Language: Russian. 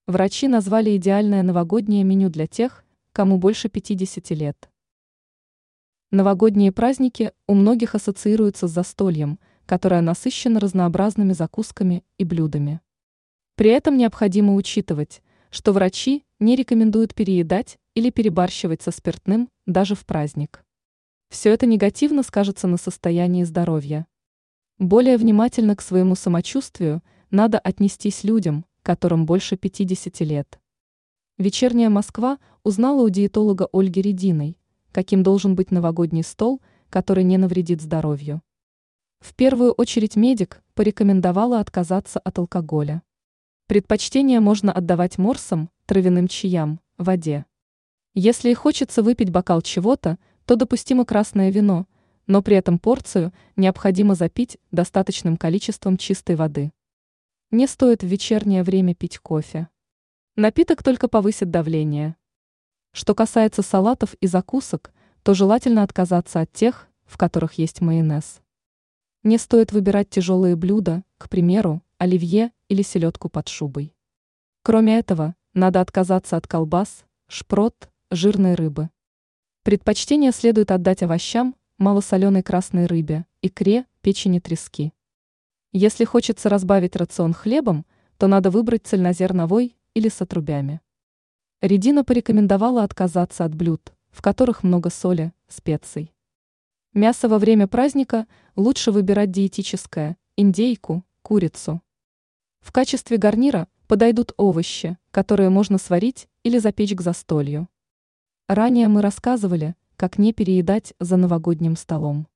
Врачи назвали идеальное новогоднее меню для тех, кому больше 50 лет. Новогодние праздники у многих ассоциируются с застольем, которое насыщено разнообразными закусками и блюдами. При этом необходимо учитывать, что врачи не рекомендуют переедать или перебарщивать со спиртным даже в праздник. Все это негативно скажется на состоянии здоровья. Более внимательно к своему самочувствию надо отнестись людям, которым больше 50 лет. «Вечерняя Москва» узнала у диетолога Ольги Рединой, каким должен быть новогодний стол, который не навредит здоровью. В первую очередь медик порекомендовала отказаться от алкоголя. Предпочтение можно отдавать морсам, травяным чаям, воде. Если и хочется выпить бокал чего-то, то допустимо красное вино, но при этом порцию необходимо запить достаточным количеством чистой воды. Не стоит в вечернее время пить кофе. Напиток только повысит давление. Что касается салатов и закусок, то желательно отказаться от тех, в которых есть майонез. Не стоит выбирать тяжелые блюда, к примеру, оливье или селедку под шубой. Кроме этого, надо отказаться от колбас, шпрот, жирной рыбы. Предпочтение следует отдать овощам, малосоленой красной рыбе, икре, печени трески. Если хочется разбавить рацион хлебом, то надо выбрать цельнозерновой или с отрубями. Редина порекомендовала отказаться от блюд, в которых много соли, специй. Мясо во время праздника лучше выбирать диетическое, индейку, курицу. В качестве гарнира подойдут овощи, которые можно сварить или запечь к застолью. Ранее мы рассказывали, как не переедать за новогодним столом.